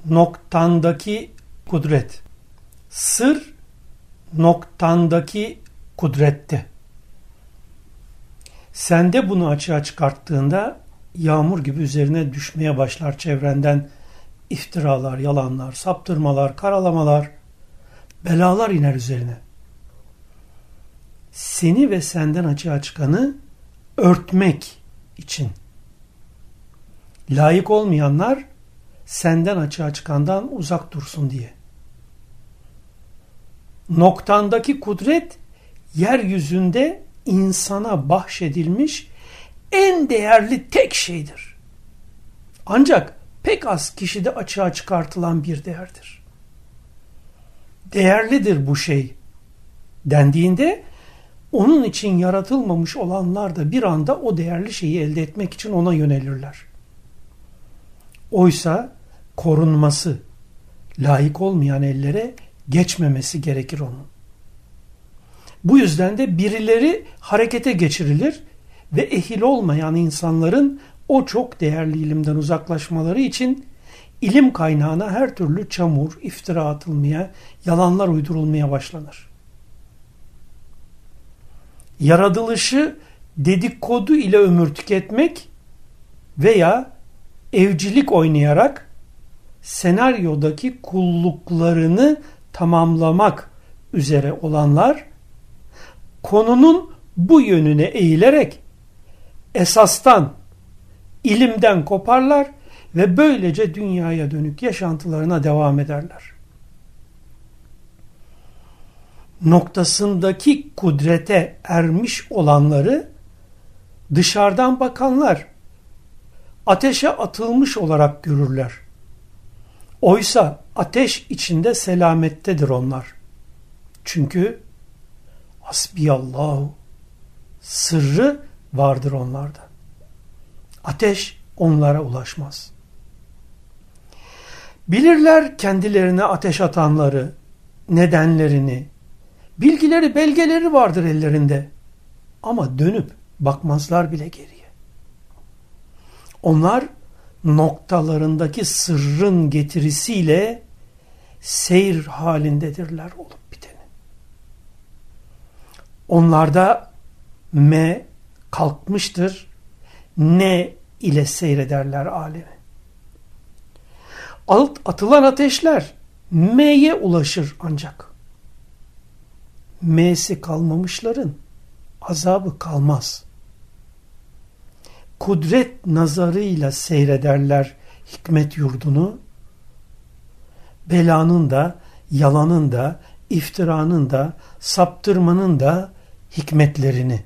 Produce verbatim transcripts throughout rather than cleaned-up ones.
noktandaki kudret. Sır noktandaki kudrette. Sen de bunu açığa çıkarttığında yağmur gibi üzerine düşmeye başlar çevrenden iftiralar, yalanlar, saptırmalar, karalamalar, belalar iner üzerine. Seni ve senden açığa çıkanı örtmek için. Layık olmayanlar senden açığa çıkandan uzak dursun diye. Noktandaki kudret yeryüzünde insana bahşedilmiş en değerli tek şeydir. Ancak pek az kişide açığa çıkartılan bir değerdir. Değerlidir bu şey dendiğinde onun için yaratılmamış olanlar da bir anda o değerli şeyi elde etmek için ona yönelirler. Oysa korunması, layık olmayan ellere geçmemesi gerekir onun. Bu yüzden de birileri harekete geçirilir ve ehil olmayan insanların o çok değerli ilimden uzaklaşmaları için ilim kaynağına her türlü çamur, iftira atılmaya, yalanlar uydurulmaya başlanır. Yaratılışı dedikodu ile ömür tüketmek veya evcilik oynayarak senaryodaki kulluklarını tamamlamak üzere olanlar konunun bu yönüne eğilerek esastan, ilimden koparlar ve böylece dünyaya dönük yaşantılarına devam ederler. Noktasındaki kudrete ermiş olanları dışarıdan bakanlar ateşe atılmış olarak görürler. Oysa ateş içinde selamettedir onlar. Çünkü hasbiyallahu sırrı vardır onlarda. Ateş onlara ulaşmaz. Bilirler kendilerine ateş atanları, nedenlerini, bilgileri, belgeleri vardır ellerinde. Ama dönüp bakmazlar bile geriye. Onlar noktalarındaki sırrın getirisiyle seyir halindedirler olup biteni. Onlarda me kalkmıştır, ne ile seyrederler alemi. Alt atılan ateşler me'ye ulaşır ancak. M'si kalmamışların azabı kalmaz. Kudret nazarıyla seyrederler hikmet yurdunu. Belanın da, yalanın da, iftiranın da, saptırmanın da hikmetlerini.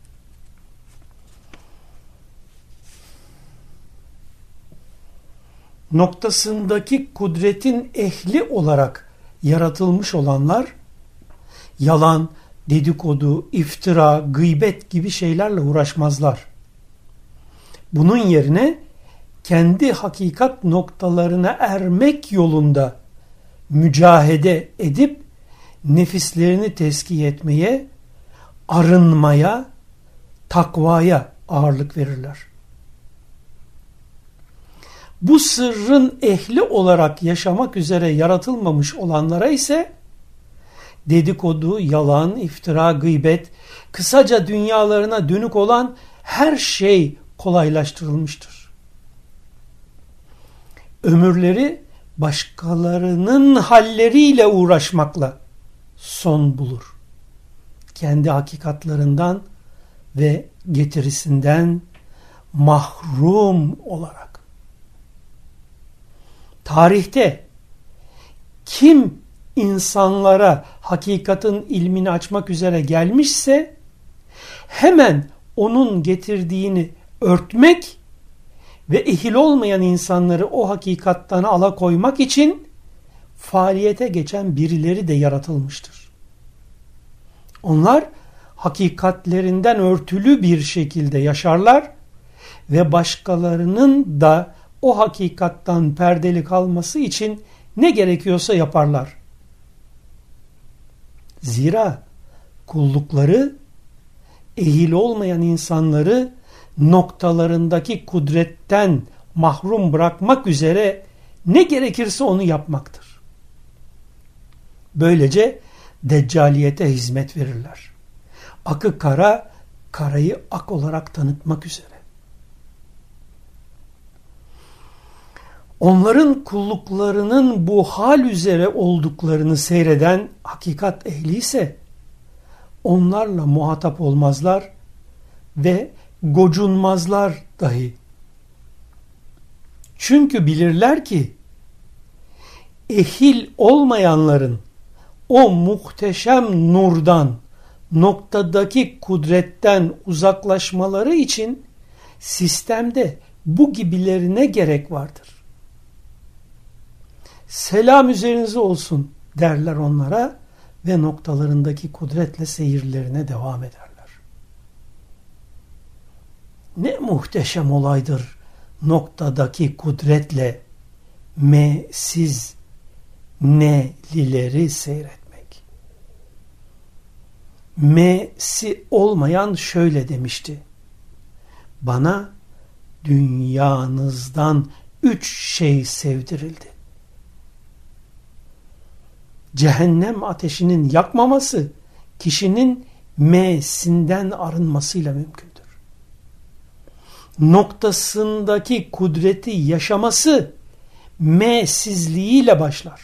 Noktasındaki kudretin ehli olarak yaratılmış olanlar yalan, dedikodu, iftira, gıybet gibi şeylerle uğraşmazlar. Bunun yerine kendi hakikat noktalarına ermek yolunda mücahede edip nefislerini tezkiye etmeye, arınmaya, takvaya ağırlık verirler. Bu sırrın ehli olarak yaşamak üzere yaratılmamış olanlara ise dedikodu, yalan, iftira, gıybet, kısaca dünyalarına dönük olan her şey kolaylaştırılmıştır. Ömürleri başkalarının halleriyle uğraşmakla son bulur. Kendi hakikatlerinden ve getirisinden mahrum olarak. Tarihte kim insanlara hakikatin ilmini açmak üzere gelmişse hemen onun getirdiğini örtmek ve ehil olmayan insanları o hakikattan alakoymak için faaliyete geçen birileri de yaratılmıştır. Onlar hakikatlerinden örtülü bir şekilde yaşarlar ve başkalarının da o hakikattan perdeli kalması için ne gerekiyorsa yaparlar. Zira kullukları ehil olmayan insanları noktalarındaki kudretten mahrum bırakmak üzere ne gerekirse onu yapmaktır. Böylece deccaliyete hizmet verirler. Akı kara, karayı ak olarak tanıtmak üzere. Onların kulluklarının bu hal üzere olduklarını seyreden hakikat ehli ise onlarla muhatap olmazlar ve gocunmazlar dahi. Çünkü bilirler ki ehil olmayanların o muhteşem nurdan, noktadaki kudretten uzaklaşmaları için sistemde bu gibilerine gerek vardır. Selam üzerinize olsun derler onlara ve noktalarındaki kudretle seyirlerine devam ederler. Ne muhteşem olaydır noktadaki kudretle me-siz ne-lileri seyretmek. Me-si olmayan şöyle demişti. Bana dünyanızdan üç şey sevdirildi. Cehennem ateşinin yakmaması kişinin me-sinden arınmasıyla mümkündür. Noktasındaki kudreti yaşaması me-sizliğiyle başlar.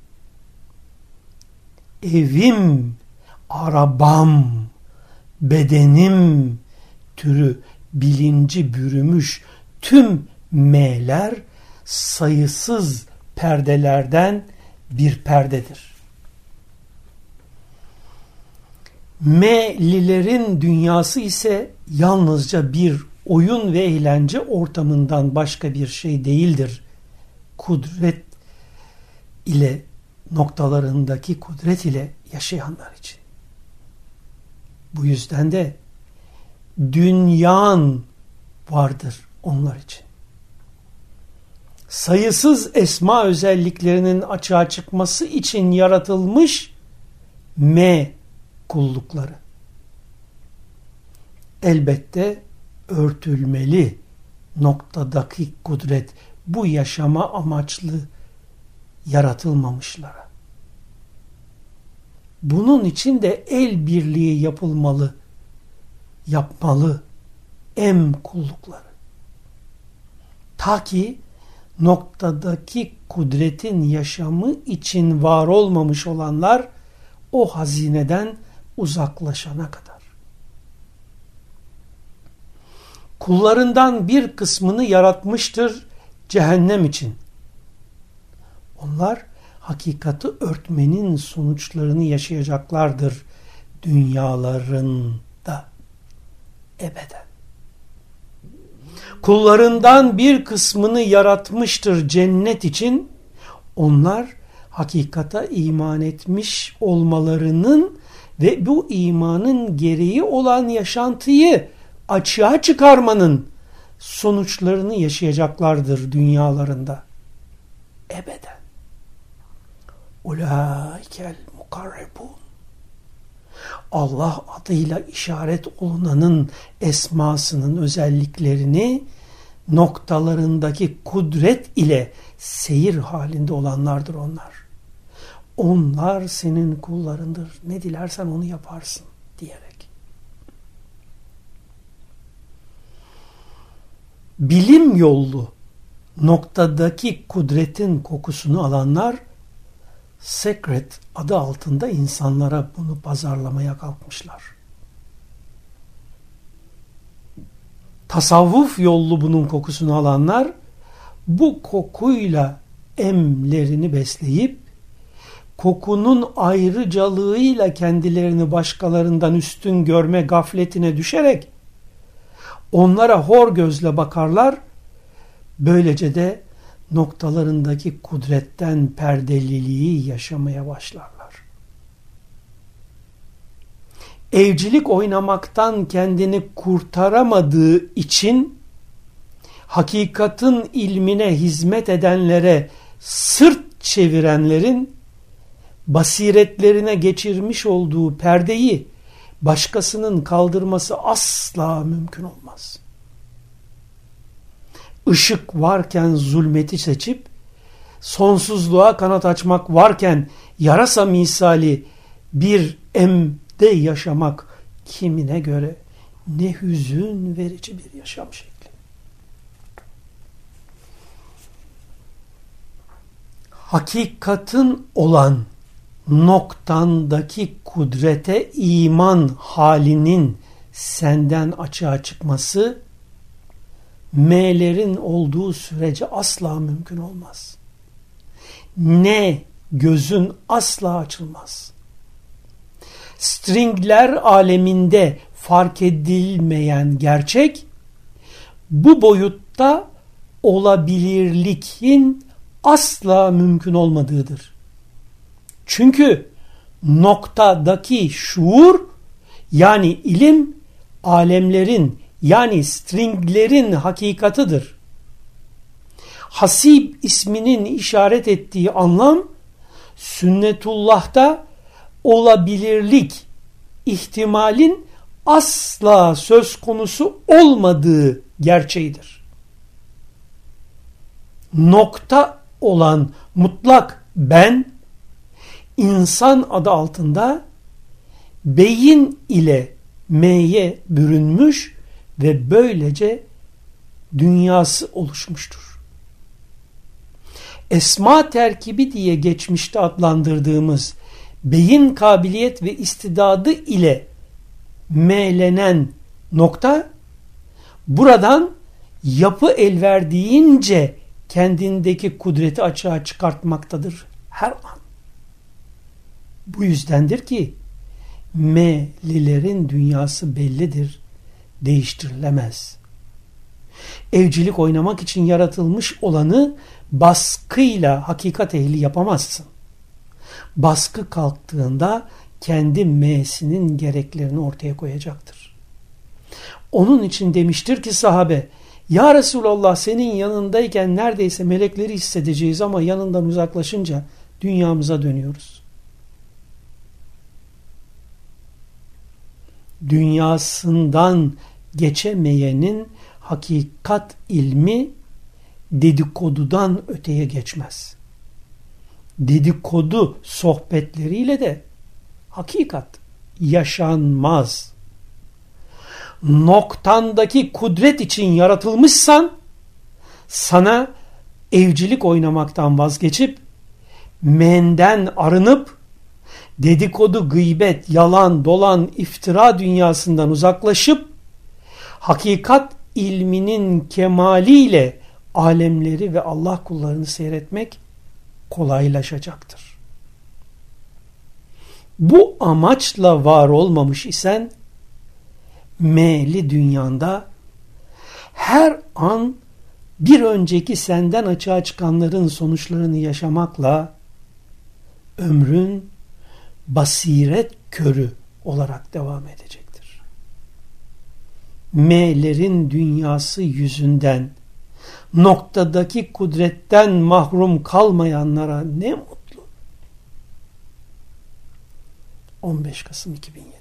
Evim, arabam, bedenim türü bilinci bürümüş tüm me'ler sayısız perdelerden bir perdedir. Me'lilerin dünyası ise yalnızca bir oyun ve eğlence ortamından başka bir şey değildir. Kudret ile noktalarındaki kudret ile yaşayanlar için. Bu yüzden de dünyan vardır onlar için. Sayısız esma özelliklerinin açığa çıkması için yaratılmış me kullukları. Elbette örtülmeli noktadaki kudret bu yaşama amaçlı yaratılmamışlara. Bunun için de el birliği yapılmalı, yapmalı em kullukları. Ta ki noktadaki kudretin yaşamı için var olmamış olanlar o hazineden uzaklaşana kadar. Kullarından bir kısmını yaratmıştır cehennem için. Onlar hakikati örtmenin sonuçlarını yaşayacaklardır dünyalarında ebeden. Kullarından bir kısmını yaratmıştır cennet için. Onlar hakikata iman etmiş olmalarının ve bu imanın gereği olan yaşantıyı açığa çıkarmanın sonuçlarını yaşayacaklardır dünyalarında ebeden. Ulaikel mukarrebun. Allah adıyla işaret olunanın esmasının özelliklerini noktalarındaki kudret ile seyir halinde olanlardır onlar. Onlar senin kullarındır. Ne dilersen onu yaparsın diyerek. Bilim yollu noktadaki kudretin kokusunu alanlar Secret adı altında insanlara bunu pazarlamaya kalkmışlar. Tasavvuf yollu bunun kokusunu alanlar bu kokuyla emlerini besleyip kokunun ayrıcalığıyla kendilerini başkalarından üstün görme gafletine düşerek onlara hor gözle bakarlar. Böylece de noktalarındaki kudretten perdeliliği yaşamaya başlarlar. Evcilik oynamaktan kendini kurtaramadığı için hakikatin ilmine hizmet edenlere sırt çevirenlerin basiretlerine geçirmiş olduğu perdeyi başkasının kaldırması asla mümkün olmaz. Işık varken zulmeti seçip sonsuzluğa kanat açmak varken yarasa misali bir emde yaşamak kimine göre ne hüzün verici bir yaşam şekli. Hakikatın olan noktandaki kudrete iman halinin senden açığa çıkması M'lerin olduğu sürece asla mümkün olmaz. Ne gözün asla açılmaz. Stringler aleminde fark edilmeyen gerçek bu boyutta olabilirlikin asla mümkün olmadığıdır. Çünkü noktadaki şuur yani ilim alemlerin yani stringlerin hakikatıdır. Hasib isminin işaret ettiği anlam sünnetullah'ta olabilirlik ihtimalin asla söz konusu olmadığı gerçeğidir. Nokta olan mutlak ben insan adı altında beyin ile M'ye bürünmüş ve böylece dünyası oluşmuştur. Esma terkibi diye geçmişte adlandırdığımız beyin kabiliyet ve istidadı ile M'lenen nokta buradan yapı el verdiğince kendindeki kudreti açığa çıkartmaktadır her an. Bu yüzdendir ki M'lilerin dünyası bellidir, değiştirilemez. Evcilik oynamak için yaratılmış olanı baskıyla hakikat ehli yapamazsın. Baskı kalktığında kendi M'sinin gereklerini ortaya koyacaktır. Onun için demiştir ki sahabe, ya Resulallah senin yanındayken neredeyse melekleri hissedeceğiz ama yanından uzaklaşınca dünyamıza dönüyoruz. Dünyasından geçemeyenin hakikat ilmi dedikodudan öteye geçmez. Dedikodu sohbetleriyle de hakikat yaşanmaz. Noktandaki kudret için yaratılmışsan sana evcilik oynamaktan vazgeçip menden arınıp dedikodu, gıybet, yalan, dolan, iftira dünyasından uzaklaşıp hakikat ilminin kemaliyle alemleri ve Allah kullarını seyretmek kolaylaşacaktır. Bu amaçla var olmamış isen M'li dünyanda her an bir önceki senden açığa çıkanların sonuçlarını yaşamakla ömrün basiret körü olarak devam edecektir. M'lerin dünyası yüzünden noktadaki kudretten mahrum kalmayanlara ne mutlu. on beş Kasım iki bin yedi